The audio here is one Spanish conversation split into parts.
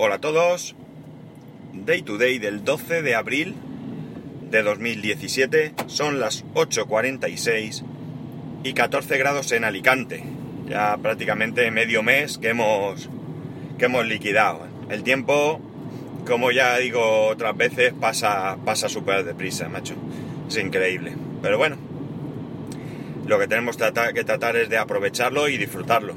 Hola a todos. Day to day del 12 de abril de 2017. Son las 8:46 y 14 grados en Alicante. Ya prácticamente medio mes que hemos liquidado. El tiempo, como ya digo otras veces, pasa súper deprisa, macho. Es increíble. Pero bueno, lo que tenemos que tratar es de aprovecharlo y disfrutarlo.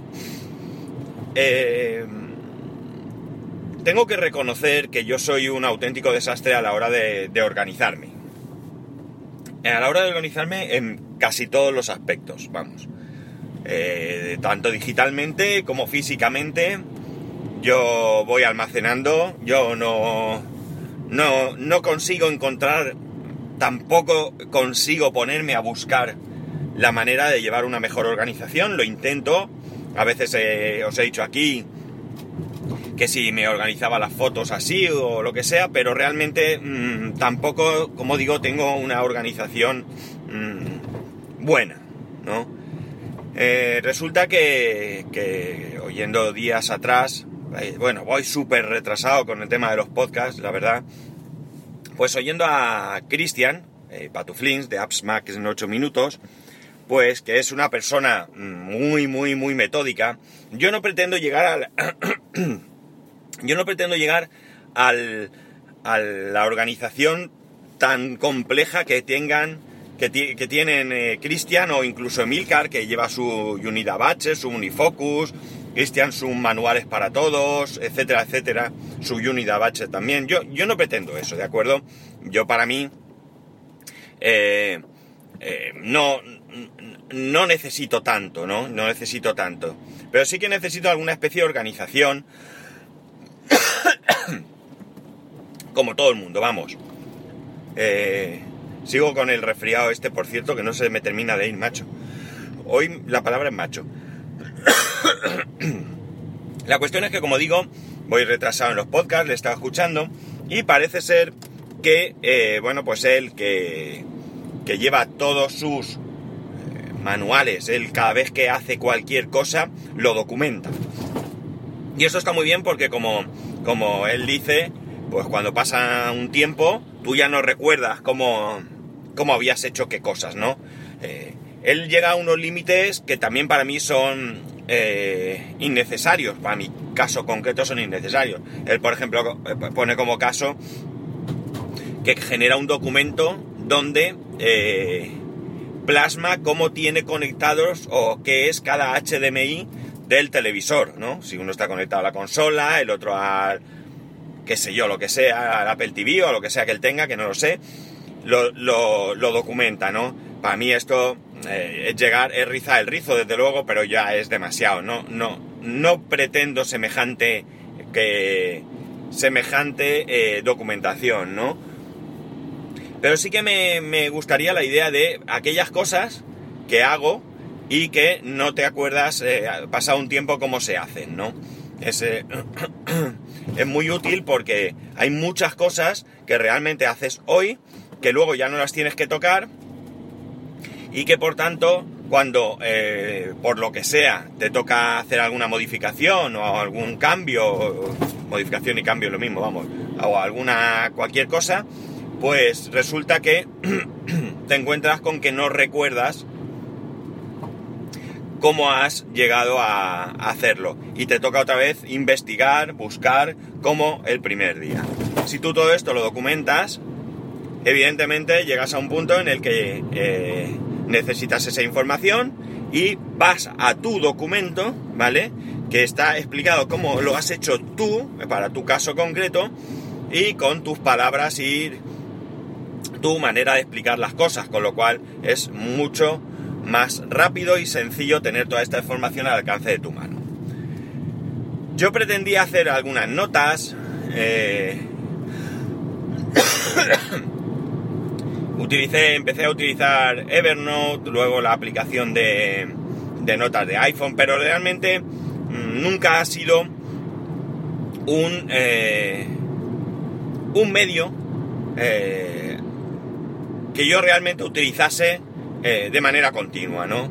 Tengo que reconocer que yo soy un auténtico desastre a la hora de organizarme. A la hora de organizarme en casi todos los aspectos, vamos. Tanto digitalmente como físicamente. Yo voy almacenando, yo no consigo encontrar, tampoco consigo ponerme a buscar la manera de llevar una mejor organización. Lo intento. A veces os he dicho aquí que si me organizaba las fotos así o lo que sea, pero realmente tampoco, como digo, tengo una organización buena, ¿no? Resulta que oyendo días atrás, voy súper retrasado con el tema de los podcasts, la verdad, pues oyendo a Cristian Patuflins de Apps Max en 8 minutos, pues que es una persona muy metódica. Yo no pretendo llegar a la organización tan compleja que tienen Cristian o incluso Emilcar, que lleva su Unidad Batches, su Unifocus, Cristian sus manuales para todos, etcétera, su Unidad Batches también. Yo no pretendo eso, ¿de acuerdo? Yo para mí no necesito tanto, ¿no? No necesito tanto. Pero sí que necesito alguna especie de organización como todo el mundo, vamos. Sigo con el resfriado por cierto, que no se me termina de ir, macho. Hoy la palabra es macho. La cuestión es que, como digo, voy retrasado en los podcasts, le estaba escuchando, y parece ser que, pues él que lleva todos sus manuales, él cada vez que hace cualquier cosa, lo documenta. Y eso está muy bien porque como él dice, pues cuando pasa un tiempo, tú ya no recuerdas cómo habías hecho qué cosas, ¿no? Él llega a unos límites que también para mí son innecesarios, para mi caso concreto son innecesarios. Él, por ejemplo, pone como caso que genera un documento donde plasma cómo tiene conectados o qué es cada HDMI del televisor, ¿no? Si uno está conectado a la consola, el otro al, qué sé yo, lo que sea, al Apple TV o lo que sea que él tenga, que no lo sé, lo documenta, ¿no? Para mí esto es rizar el rizo, desde luego, pero ya es demasiado. No pretendo semejante documentación, ¿no? Pero sí que me gustaría la idea de aquellas cosas que hago y que no te acuerdas pasado un tiempo cómo se hacen, ¿no? Es muy útil porque hay muchas cosas que realmente haces hoy que luego ya no las tienes que tocar y que por tanto cuando por lo que sea te toca hacer alguna modificación o algún cambio, modificación y cambio es lo mismo, vamos, o cualquier cosa, pues resulta que te encuentras con que no recuerdas cómo has llegado a hacerlo y te toca otra vez investigar, buscar como el primer día. Si tú todo esto lo documentas, evidentemente llegas a un punto en el que necesitas esa información y vas a tu documento, ¿vale? Que está explicado cómo lo has hecho tú, para tu caso concreto, y con tus palabras y tu manera de explicar las cosas, con lo cual es mucho más rápido y sencillo tener toda esta información al alcance de tu mano. Yo pretendía hacer algunas notas, empecé a utilizar Evernote, luego la aplicación de notas de iPhone, pero realmente nunca ha sido un medio que yo realmente utilizase de manera continua, ¿no?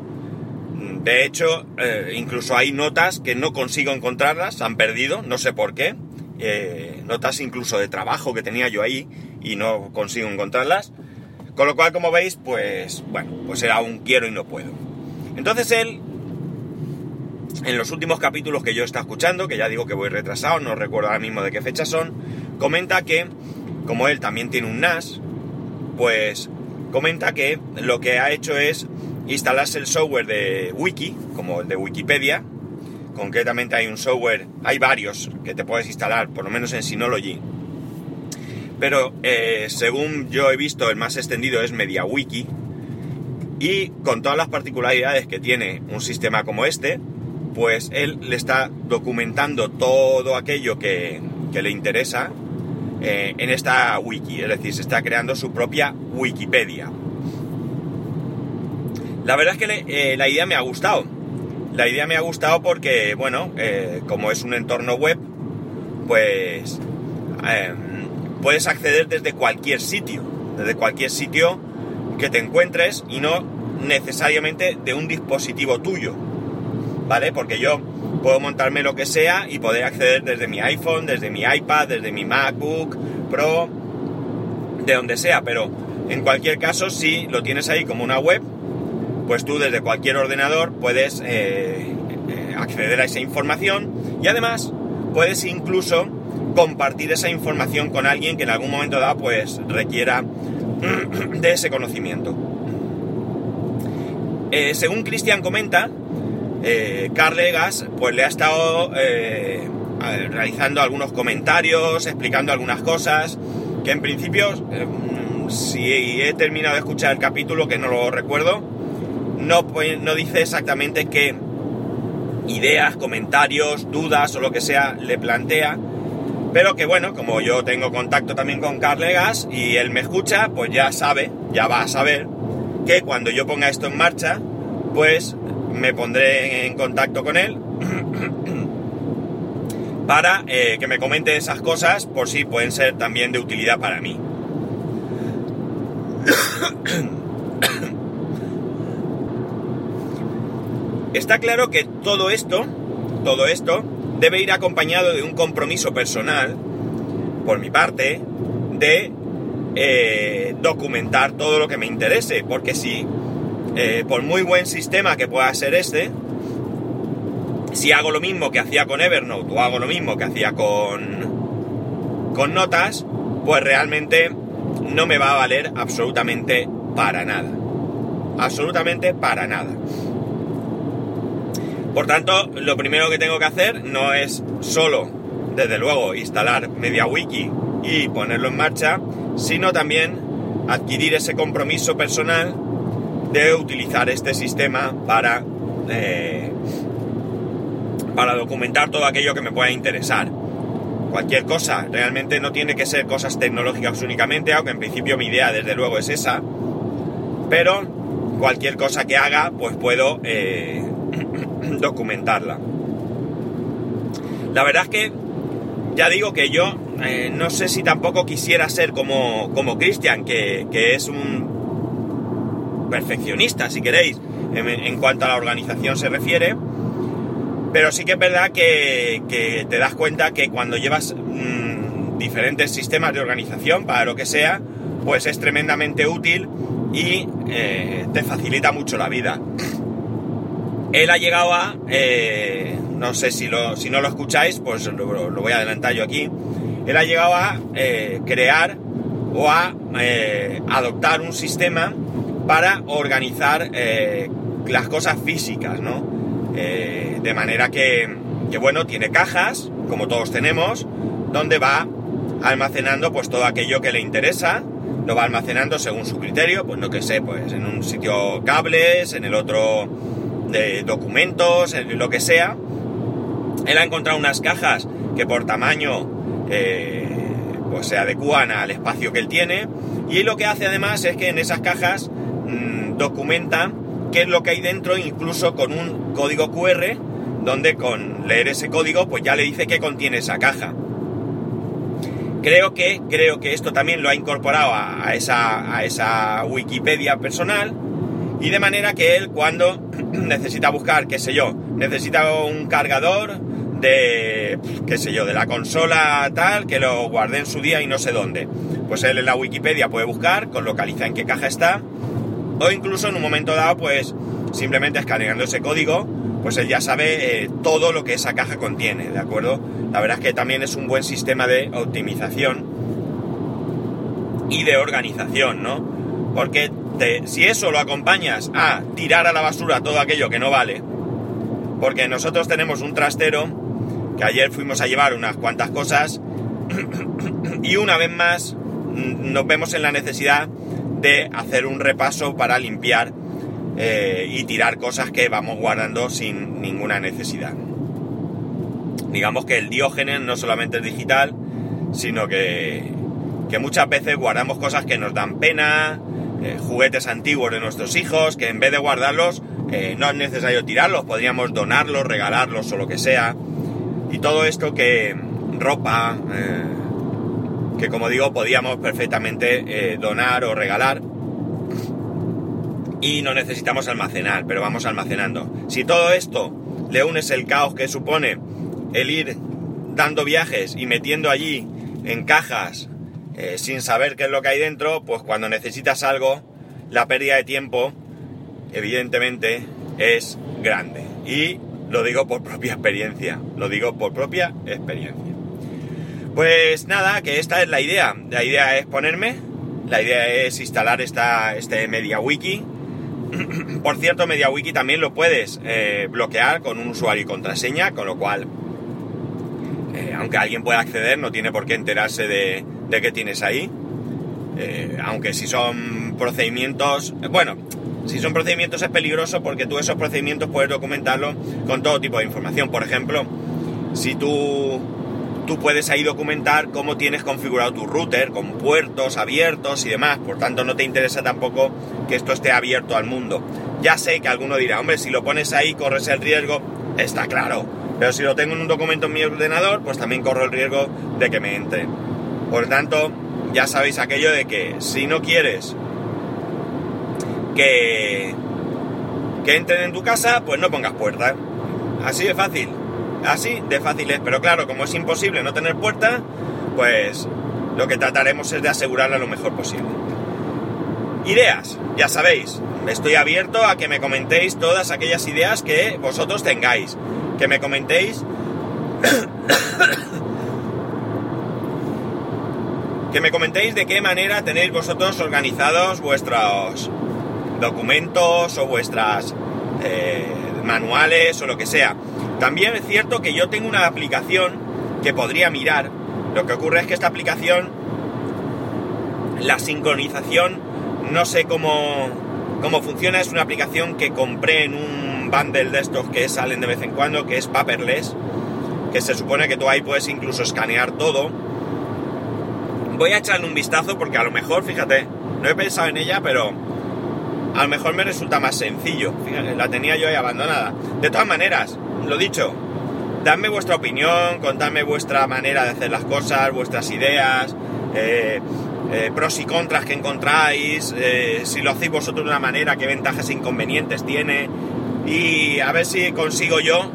De hecho, incluso hay notas que no consigo encontrarlas, se han perdido, no sé por qué, notas incluso de trabajo que tenía yo ahí y no consigo encontrarlas. Con lo cual, como veis, pues bueno, pues era un quiero y no puedo. Entonces él, en los últimos capítulos que yo he estado escuchando, que ya digo que voy retrasado, no recuerdo ahora mismo de qué fecha son, comenta que, como él también tiene un NAS, pues comenta que lo que ha hecho es instalarse el software de Wiki, como el de Wikipedia. Concretamente hay un software, hay varios que te puedes instalar, por lo menos en Synology. Pero según yo he visto, el más extendido es MediaWiki. Y con todas las particularidades que tiene un sistema como este, pues él le está documentando todo aquello que le interesa en esta wiki. Es decir, se está creando su propia Wikipedia. La verdad es que la idea me ha gustado. La idea me ha gustado porque, bueno, como es un entorno web, pues puedes acceder desde cualquier sitio que te encuentres y no necesariamente de un dispositivo tuyo, ¿vale? Porque yo puedo montarme lo que sea y poder acceder desde mi iPhone, desde mi iPad, desde mi MacBook Pro, de donde sea, pero en cualquier caso, si lo tienes ahí como una web, pues tú desde cualquier ordenador puedes acceder a esa información y además puedes incluso compartir esa información con alguien que en algún momento dado pues requiera de ese conocimiento. Según Cristian comenta, Carl Egas pues le ha estado realizando algunos comentarios, explicando algunas cosas que en principio, si he terminado de escuchar el capítulo, que no lo recuerdo, no dice exactamente qué ideas, comentarios, dudas o lo que sea le plantea, pero que bueno, como yo tengo contacto también con Carl Egas y él me escucha, pues ya va a saber que cuando yo ponga esto en marcha, pues me pondré en contacto con él para que me comente esas cosas por si pueden ser también de utilidad para mí. Está claro que todo esto debe ir acompañado de un compromiso personal, por mi parte, de documentar todo lo que me interese, porque si, por muy buen sistema que pueda ser este, si hago lo mismo que hacía con Evernote o hago lo mismo que hacía con Notas, pues realmente no me va a valer absolutamente para nada. Absolutamente para nada. Por tanto, lo primero que tengo que hacer no es solo, desde luego, instalar MediaWiki y ponerlo en marcha, sino también adquirir ese compromiso personal de utilizar este sistema para documentar todo aquello que me pueda interesar. Cualquier cosa, realmente no tiene que ser cosas tecnológicas únicamente, aunque en principio mi idea desde luego es esa, pero cualquier cosa que haga, pues puedo documentarla. La verdad es que ya digo que yo no sé si tampoco quisiera ser como Cristian, que es un perfeccionista, si queréis, en cuanto a la organización se refiere, pero sí que es verdad que te das cuenta que cuando llevas diferentes sistemas de organización para lo que sea, pues es tremendamente útil y te facilita mucho la vida. Él ha llegado a, no sé si no lo escucháis, pues lo voy a adelantar yo aquí. Él ha llegado a crear o a adoptar un sistema para organizar las cosas físicas, ¿no? De manera que bueno, tiene cajas, como todos tenemos, donde va almacenando pues todo aquello que le interesa, lo va almacenando según su criterio, pues no que sé, pues en un sitio cables, en el otro de documentos, lo que sea. Él ha encontrado unas cajas que por tamaño pues se adecúan al espacio que él tiene, y lo que hace además es que en esas cajas documenta qué es lo que hay dentro, incluso con un código QR, donde con leer ese código pues ya le dice qué contiene esa caja. Creo que esto también lo ha incorporado a esa Wikipedia personal, y de manera que él, cuando necesita buscar, qué sé yo, necesita un cargador de, qué sé yo, de la consola tal, que lo guardé en su día y no sé dónde. Pues él en la Wikipedia puede buscar, localiza en qué caja está, o incluso en un momento dado, pues simplemente escaneando ese código, pues él ya sabe todo lo que esa caja contiene, ¿de acuerdo? La verdad es que también es un buen sistema de optimización y de organización, ¿no? Porque si eso lo acompañas a tirar a la basura todo aquello que no vale, porque nosotros tenemos un trastero que ayer fuimos a llevar unas cuantas cosas y una vez más nos vemos en la necesidad de hacer un repaso para limpiar y tirar cosas que vamos guardando sin ninguna necesidad. Digamos que el Diógenes no solamente es digital, sino que muchas veces guardamos cosas que nos dan pena, juguetes antiguos de nuestros hijos, que en vez de guardarlos no es necesario tirarlos, podríamos donarlos, regalarlos o lo que sea. Y todo esto que ropa, que como digo, podíamos perfectamente donar o regalar y no necesitamos almacenar, pero vamos almacenando. Si todo esto le unes el caos que supone el ir dando viajes y metiendo allí en cajas sin saber qué es lo que hay dentro, pues cuando necesitas algo, la pérdida de tiempo evidentemente es grande. Y lo digo por propia experiencia, Pues nada, que esta es la idea. La idea es ponerme, la idea es instalar este MediaWiki. Por cierto, MediaWiki también lo puedes bloquear con un usuario y contraseña, con lo cual, aunque alguien pueda acceder, no tiene por qué enterarse de qué tienes ahí. Aunque si son procedimientos... Bueno, si son procedimientos es peligroso porque tú esos procedimientos puedes documentarlo con todo tipo de información. Por ejemplo, si tú puedes ahí documentar cómo tienes configurado tu router, con puertos abiertos y demás. Por tanto, no te interesa tampoco que esto esté abierto al mundo. Ya sé que alguno dirá, hombre, si lo pones ahí corres el riesgo. Está claro. Pero si lo tengo en un documento en mi ordenador, pues también corro el riesgo de que me entre. Por tanto, ya sabéis aquello de que si no quieres que entren en tu casa, pues no pongas puerta. Así de fácil. Así de fácil es. Pero claro, como es imposible no tener puerta, pues lo que trataremos es de asegurarla lo mejor posible. Ideas, ya sabéis. Estoy abierto a que me comentéis todas aquellas ideas que vosotros tengáis. Que me comentéis... que me comentéis de qué manera tenéis vosotros organizados vuestros documentos o vuestras manuales o lo que sea. También es cierto que yo tengo una aplicación que podría mirar. Lo que ocurre es que esta aplicación, la sincronización, no sé cómo funciona. Es una aplicación que compré en un bundle de estos que salen de vez en cuando, que es Paperless, que se supone que tú ahí puedes incluso escanear todo. Voy a echarle un vistazo porque a lo mejor, fíjate, no he pensado en ella, pero a lo mejor me resulta más sencillo. Fíjate, la tenía yo ahí abandonada. De todas maneras, lo dicho, dadme vuestra opinión, contadme vuestra manera de hacer las cosas, vuestras ideas, pros y contras que encontráis, si lo hacéis vosotros de una manera, qué ventajas e inconvenientes tiene, y a ver si consigo yo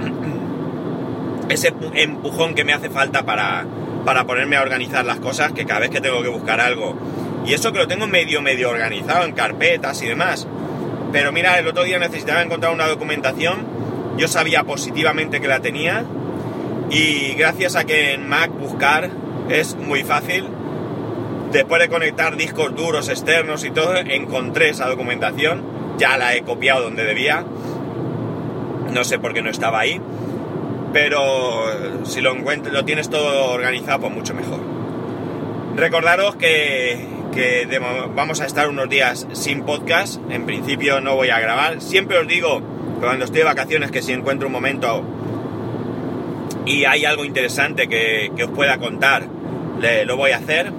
ese empujón que me hace falta para ponerme a organizar las cosas, que cada vez que tengo que buscar algo, y eso que lo tengo medio organizado en carpetas y demás, pero mira, el otro día necesitaba encontrar una documentación, yo sabía positivamente que la tenía, y gracias a que en Mac buscar es muy fácil, después de conectar discos duros externos y todo, encontré esa documentación, ya la he copiado donde debía, no sé por qué no estaba ahí, pero si lo tienes todo organizado, pues mucho mejor. Recordaros que vamos a estar unos días sin podcast. En principio no voy a grabar. Siempre os digo cuando estoy de vacaciones que si encuentro un momento y hay algo interesante que os pueda contar, lo voy a hacer,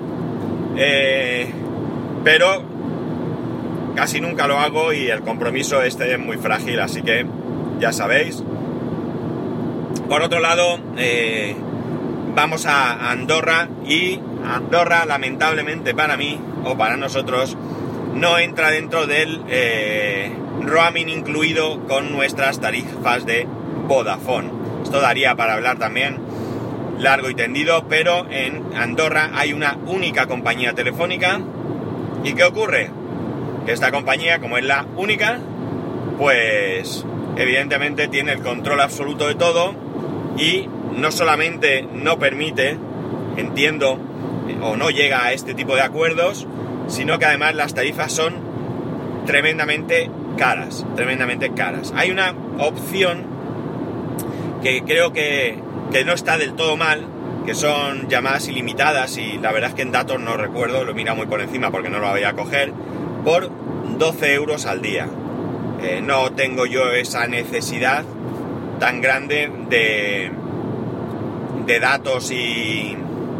pero casi nunca lo hago y el compromiso este es muy frágil, así que ya sabéis. Por otro lado, vamos a Andorra, y Andorra, lamentablemente para mí, o para nosotros, no entra dentro del roaming incluido con nuestras tarifas de Vodafone. Esto daría para hablar también largo y tendido, pero en Andorra hay una única compañía telefónica. ¿Y qué ocurre? Que esta compañía, como es la única, pues evidentemente tiene el control absoluto de todo y no solamente no permite, entiendo, o no llega a este tipo de acuerdos, sino que además las tarifas son tremendamente caras. Hay una opción que creo que no está del todo mal, que son llamadas ilimitadas, y la verdad es que en datos no recuerdo, lo he mirado muy por encima porque no lo voy a coger, por 12 euros al día. No tengo yo esa necesidad tan grande de datos y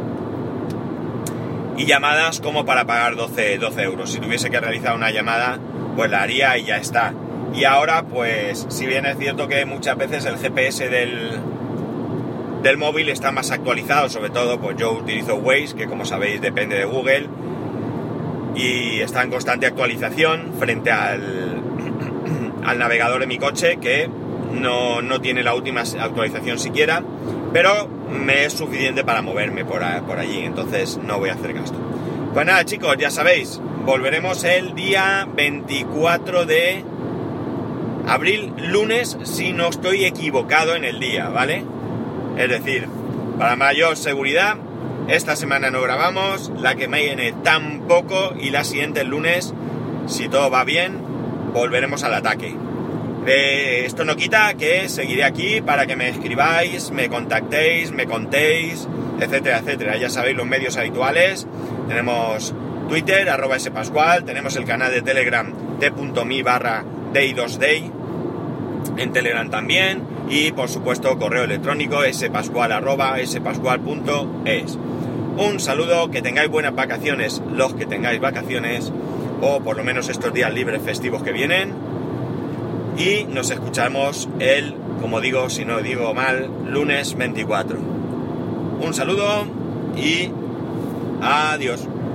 llamadas como para pagar 12 euros. Si tuviese que realizar una llamada, pues la haría y ya está. Y ahora, pues, si bien es cierto que muchas veces el GPS del móvil está más actualizado, sobre todo, pues yo utilizo Waze, que como sabéis depende de Google, y está en constante actualización frente al navegador de mi coche, que no tiene la última actualización siquiera, pero me es suficiente para moverme por allí, entonces no voy a hacer gasto. Pues nada, chicos, ya sabéis, volveremos el día 24 de abril, lunes, si no estoy equivocado en el día, ¿vale? Es decir, para mayor seguridad, esta semana no grabamos, la que me viene tampoco, y la siguiente, el lunes, si todo va bien, volveremos al ataque. Esto no quita que seguiré aquí para que me escribáis, me contactéis, me contéis, etcétera, etcétera. Ya sabéis los medios habituales. Tenemos Twitter, @spascual, tenemos el canal de Telegram t.me/day2day, en Telegram también, y por supuesto correo electrónico spascual@spascual.es. Un saludo, que tengáis buenas vacaciones los que tengáis vacaciones, o por lo menos estos días libres festivos que vienen, y nos escuchamos como digo, si no digo mal, lunes 24. Un saludo y adiós.